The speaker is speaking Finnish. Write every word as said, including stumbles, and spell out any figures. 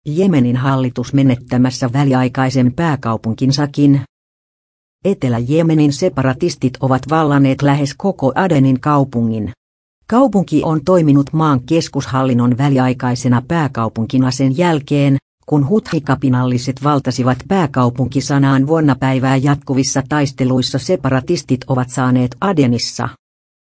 Jemenin hallitus menettämässä väliaikaisen pääkaupunkinsakin. Etelä-Jemenin separatistit ovat vallanneet lähes koko Adenin kaupungin. Kaupunki on toiminut maan keskushallinnon väliaikaisena pääkaupunkina sen jälkeen, kun Huthi-kapinalliset valtasivat pääkaupunkisanaan vuonna päivää jatkuvissa taisteluissa separatistit ovat saaneet Adenissa